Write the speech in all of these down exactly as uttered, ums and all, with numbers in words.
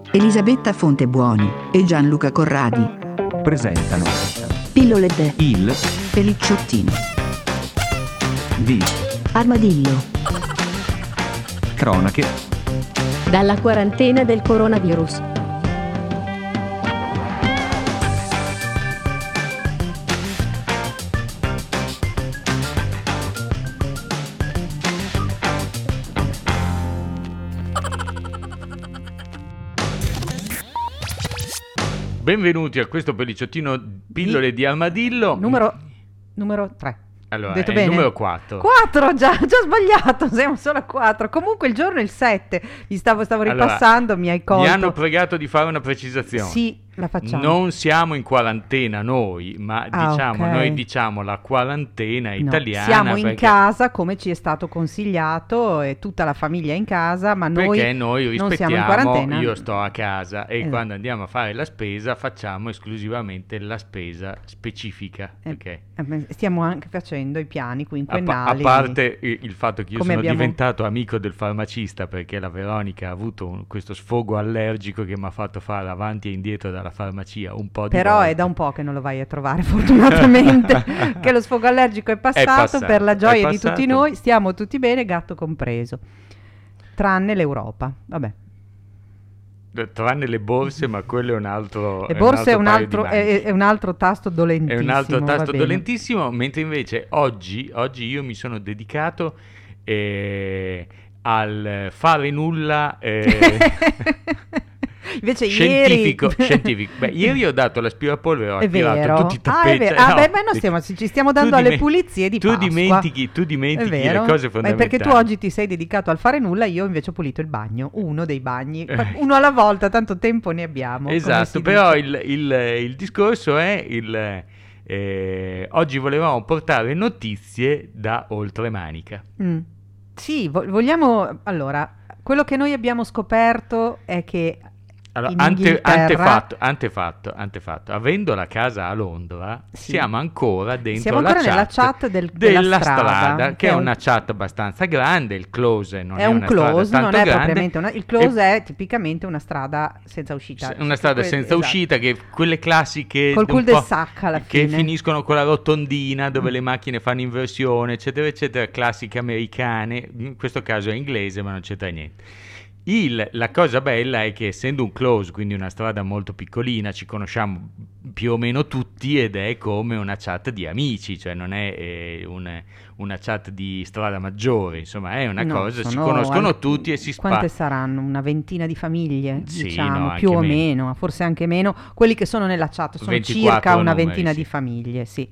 Elisabetta Fontebuoni e Gianluca Corradi presentano Pillole de il Pelicciottino di Armadillo cronache dalla quarantena del coronavirus. Benvenuti a questo Pelicciottino Pillole di Armadillo. Numero, numero tre. Allora, Detto è bene? il numero quattro. quattro, già, già sbagliato, siamo solo a quattro. Comunque il giorno è il sette. Mi stavo, stavo Allora, ripassando, mi hai colto. Mi hanno pregato di fare una precisazione. Sì, la facciamo. Non siamo in quarantena noi, ma Ah, diciamo, ok. noi diciamo la quarantena No, italiana. siamo in perché, casa come ci è stato consigliato e tutta la famiglia è in casa, ma noi, perché noi non siamo in rispettiamo, quarantena. io sto a casa e Esatto. quando andiamo a fare la spesa facciamo esclusivamente la spesa specifica. Eh, perché eh, beh, stiamo anche facendo i piani A, pa- quinquennali. a parte i- il fatto che io Come sono abbiamo- diventato amico del farmacista perché la Veronica ha avuto un- questo sfogo allergico che mi ha fatto fare avanti e indietro dalla farmacia un po' di Però volte. è da un po' che non lo vai a trovare, fortunatamente, che lo sfogo allergico è passato, passato, per la è gioia di passato. tutti noi, stiamo tutti bene, gatto compreso, tranne l'Europa, vabbè. Tranne le borse, ma quello è un altro Le è borse è un paio di altro, maniche. è, è un altro tasto È dolentissimo. un altro va tasto bene. dolentissimo, mentre invece oggi, oggi io mi sono dedicato eh, al fare nulla eh, Invece scientifico, ieri... scientifico. Beh, ieri ho dato l'aspirapolvere, ho È tirato vero. tutti i Ah, tappeti. è vero. Ah, no, beh, beh, noi stiamo- ci stiamo dando tu alle dime- pulizie di tu Pasqua. dimentichi, tu È dimentichi le vero. cose Ma fondamentali. perché tu oggi ti sei dedicato al fare nulla, io invece ho pulito il bagno, uno dei bagni, Eh. uno alla volta, tanto tempo ne abbiamo. come Esatto, si però dice. il, il- il discorso è il eh, oggi volevamo portare notizie da oltremanica. Mm. Sì, vo- vogliamo... Allora, quello che noi abbiamo scoperto è che Allora, in ante- Inghilterra- antefatto, antefatto, antefatto, avendo la casa a Londra, Sì. siamo ancora dentro Siamo la ancora chat, nella chat del- della, della strada, strada, che è una chat abbastanza grande, il close non è, è un una strada close, tanto non è grande, propriamente una... Il close e- è tipicamente una strada senza uscita. una strada Que- senza esatto. uscita, che quelle classiche Col un po' cul-de-sac alla che fine. finiscono con la rotondina dove Mm. le macchine fanno inversione, eccetera, eccetera, classiche americane, in questo caso è inglese, ma non c'entra niente. Il- la cosa bella è che essendo un close, quindi una strada molto piccolina, ci conosciamo più o meno tutti ed è come una chat di amici, cioè non è eh, un- una chat di strada maggiore, insomma è una No, cosa, si sono conoscono al- tutti e si Quante spa. saranno? Una ventina di famiglie, Sì, diciamo, no, più anche o meno. meno, forse anche meno. Quelli che sono nella chat sono ventiquattro circa una numeri, ventina sì. di famiglie, sì.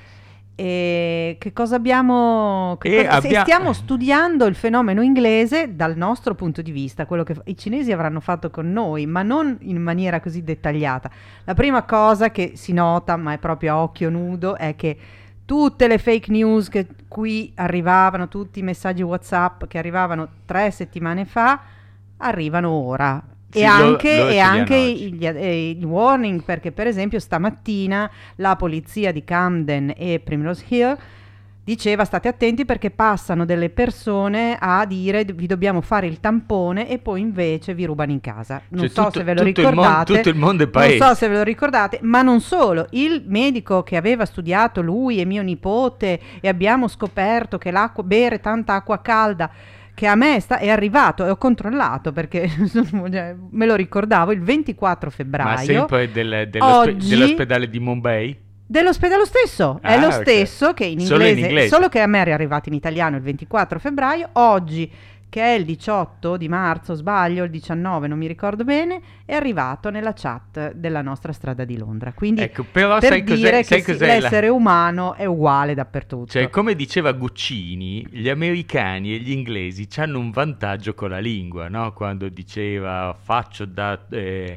E che cosa abbiamo? Che E cosa- se abbia- stiamo studiando il fenomeno inglese dal nostro punto di vista, quello che fa- i cinesi avranno fatto con noi, ma non in maniera così dettagliata. La prima cosa che si nota, ma è proprio a occhio nudo, è che tutte le fake news che qui arrivavano, tutti i messaggi WhatsApp che arrivavano tre settimane fa, arrivano ora. Sì, e loro- anche, loro e ce li hanno anche oggi. gli, eh, il warning, perché per esempio stamattina la polizia di Camden e Primrose Hill diceva state attenti perché passano delle persone a dire vi dobbiamo fare il tampone e poi invece vi rubano in casa. Non Cioè, so tutto- se ve lo tutto il mon- ricordate. tutto il mondo è Non paese. so se ve lo ricordate, ma non solo. Il medico che aveva studiato lui e mio nipote e abbiamo scoperto che l'acqua, bere tanta acqua calda che a me sta, è arrivato e ho controllato perché cioè, me lo ricordavo il ventiquattro febbraio. Ma sempre del- dell'ospe- Oggi- dell'ospedale di Mumbai? Dell'ospedale lo stesso, è Ah, lo ok. stesso che in Solo in inglese, inglese. solo che a me era arrivato in italiano il ventiquattro febbraio, oggi che è il diciotto di marzo, sbaglio, il diciannove, non mi ricordo bene, è arrivato nella chat della nostra strada di Londra. Quindi Ecco, però per sai cos'è- dire sai che sì, cos'è la- l'essere umano è uguale dappertutto. Cioè, come diceva Guccini, gli americani e gli inglesi hanno un vantaggio con la lingua, no? Quando diceva faccio da... eh,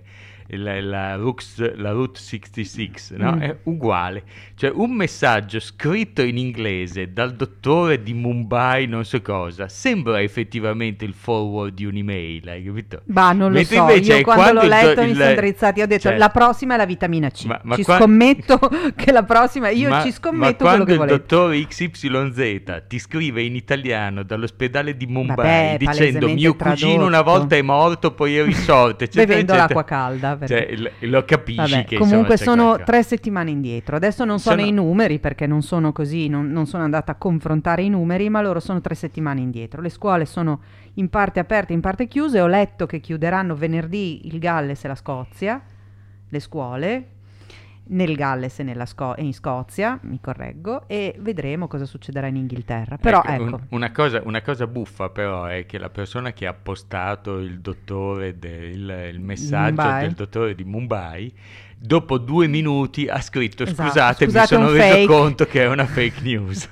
la, la, Rux- la Route sessantasei, no? Mm. È uguale. Cioè un messaggio scritto in inglese dal dottore di Mumbai, non so cosa, sembra effettivamente il forward di un'email, hai capito? Bah, non lo Mentre so, invece io è quando l'ho il do- letto mi il- sono drizzati, ho detto cioè, la prossima è la vitamina C, Ma- ma ci qua- scommetto che la prossima, io ma, ci ma scommetto quando quello che il volete. dottore X Y Z ti scrive in italiano dall'ospedale di Mumbai Vabbè, dicendo palesemente mio cugino una tradotto. volta è morto poi è risorto eccetera, Bevendo eccetera. l'acqua calda, perché- Cioè, l- lo capisci Vabbè, che comunque insomma, c'è sono qualcosa. tre settimane indietro. Adesso non so Sono- nei numeri perché non sono così, non, non sono andata a confrontare i numeri, ma loro sono tre settimane indietro. Le scuole sono in parte aperte, in parte chiuse. Ho letto che chiuderanno venerdì il Galles e la Scozia, le scuole, nel Galles e nella Sco- e in Scozia, mi correggo, e vedremo cosa succederà in Inghilterra. Però Ecco, un- ecco, una, cosa, una cosa buffa però è che la persona che ha postato il dottore del il messaggio Mumbai. del dottore di Mumbai dopo due minuti ha scritto Esatto, scusate, mi scusate, sono un reso fake." conto che è una fake news.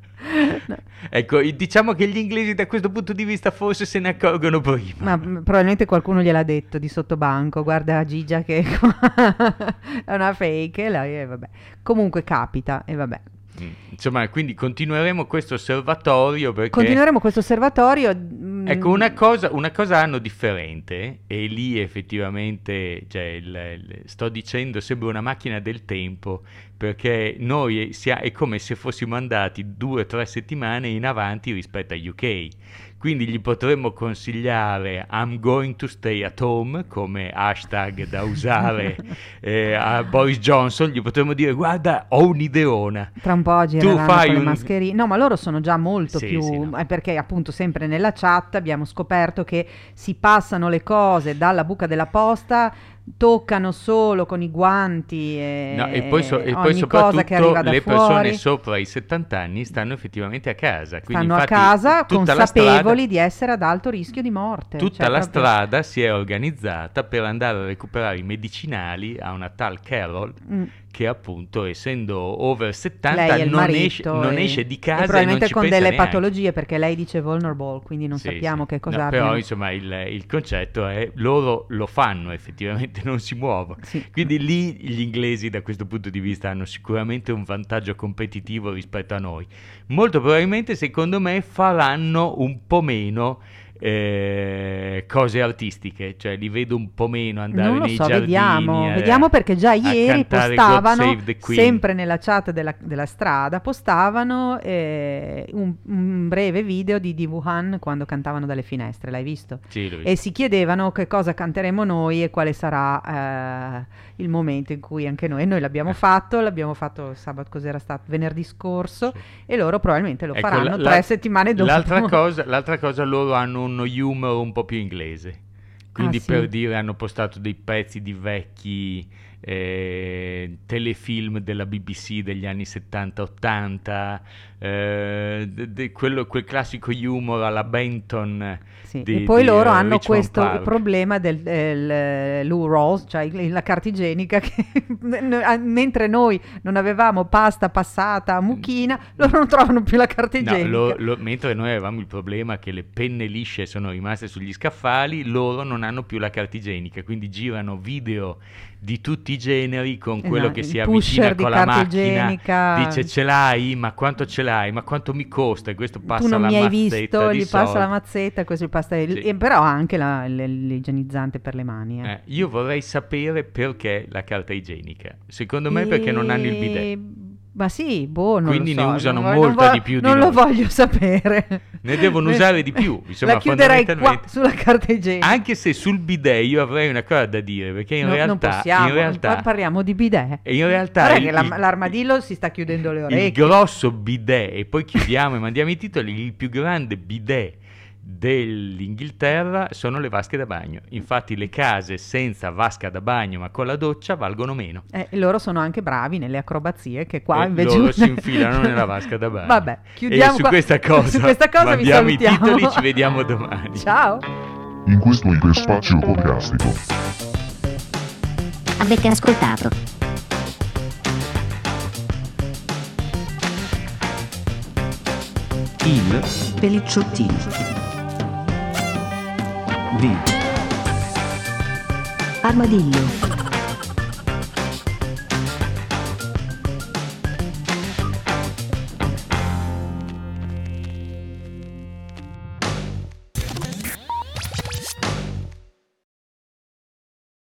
Ecco, i- diciamo che gli inglesi da questo punto di vista forse se ne accorgono prima. ma mm, probabilmente qualcuno gliel'ha detto di sottobanco, guarda Gigia che è una fake, e lei, e vabbè. Comunque capita, e vabbè. Mm, Insomma, quindi continueremo questo osservatorio perché... Continueremo questo osservatorio. mm, Ecco, una cosa, una cosa hanno differente, e lì effettivamente, cioè, il- il- sto dicendo, sembra una macchina del tempo, perché noi sia- è come se fossimo andati due o tre settimane in avanti rispetto a U K. Quindi gli potremmo consigliare I'm going to stay at home come hashtag da usare eh, a Boris Johnson, gli potremmo dire guarda ho un'ideona. Tra un po' gireranno fai con le un- mascherine. No, ma loro sono già molto Sì, più... sì, no. eh, perché appunto sempre nella chat abbiamo scoperto che si passano le cose dalla buca della posta, toccano solo con i guanti e, No, e poi, so- e poi ogni cosa che arriva soprattutto da le fuori. persone sopra i settanta anni stanno effettivamente a casa. Quindi Stanno a infatti casa tutta la consapevoli strada- di essere ad alto rischio di morte. Tutta Cioè, la proprio- strada si è organizzata per andare a recuperare i medicinali a una tal Carol Mm. che appunto essendo over settanta Lei e il non, marito esce, non e- esce di e casa e, non probabilmente ci con pensa delle neanche. patologie, perché lei dice vulnerable, quindi non Sì, sappiamo sì. che cosa No, abbiano. però insomma il, il concetto è loro lo fanno effettivamente, non si muovono. Sì. Quindi lì gli inglesi da questo punto di vista hanno sicuramente un vantaggio competitivo rispetto a noi. Molto probabilmente secondo me faranno un po' meno eh, cose artistiche, cioè li vedo un po' meno andare Non lo nei so, giardini vediamo, a- vediamo perché già a ieri cantare God postavano, Save the Queen. sempre nella chat della, della strada, postavano eh, un, un breve video di, di Wuhan quando cantavano dalle finestre, l'hai visto? Sì, l'ho visto. E si chiedevano che cosa canteremo noi e quale sarà eh, il momento in cui anche noi, e noi l'abbiamo fatto, l'abbiamo fatto sabato, cos'era stato? Venerdì scorso, Sì. e loro probabilmente lo Ecco, faranno la- tre la- settimane dopo. L'altra cosa, l'altra cosa, loro hanno uno humor un po' più inglese. Quindi Ah, sì. per dire hanno postato dei pezzi di vecchi eh, telefilm della B B C degli anni settanta ottanta, eh, de- de- quello- quel classico humor alla Benton. Sì, di- e poi di, loro eh, hanno Richmond questo Park. problema del, del loo rolls, cioè il- la carta igienica, che mentre noi non avevamo pasta passata a mucchina, loro non trovano più la carta No, igienica. lo- lo- mentre noi avevamo il problema che le penne lisce sono rimaste sugli scaffali, loro non hanno più la carta igienica, quindi girano video di tutti i generi con quello Esatto, che il si pusher avvicina di con la carta macchina, igienica. dice ce l'hai, ma quanto ce l'hai, ma quanto mi costa, e questo passa Tu non la mi hai mazzetta visto, di gli passa soldi. la mazzetta, questo gli passa il- Sì. e però ha anche la- l- l'igienizzante per le mani. eh. Eh, io vorrei sapere perché la carta igienica. Secondo me perché non hanno il bidet. E- Ma sì, boh, non Quindi lo so, ne usano non vo- molta non vo- di più di Non lo noi. voglio sapere. Ne devono usare di più, insomma, la chiuderei qua fondamentalmente. sulla carta igienica. Anche se sul bidet io avrei una cosa da dire, perché in No, non realtà, possiamo, in realtà, qua parliamo di bidet. e in realtà Guarda il- che la- il- l'armadillo si sta chiudendo le il orecchie. grosso bidet, e poi chiudiamo e mandiamo i titoli, il più grande bidet dell'Inghilterra sono le vasche da bagno. Infatti le case senza vasca da bagno ma con la doccia valgono meno. Eh, e loro sono anche bravi nelle acrobazie, che qua E invece loro si infilano nella vasca da bagno. Vabbè, chiudiamo e su qua- questa cosa, su questa cosa vi mandiamo i salutiamo. titoli, ci vediamo domani. Ciao. In questo iperspazio podcastico. Avete ascoltato Il Pelicciottini. di Armadillo.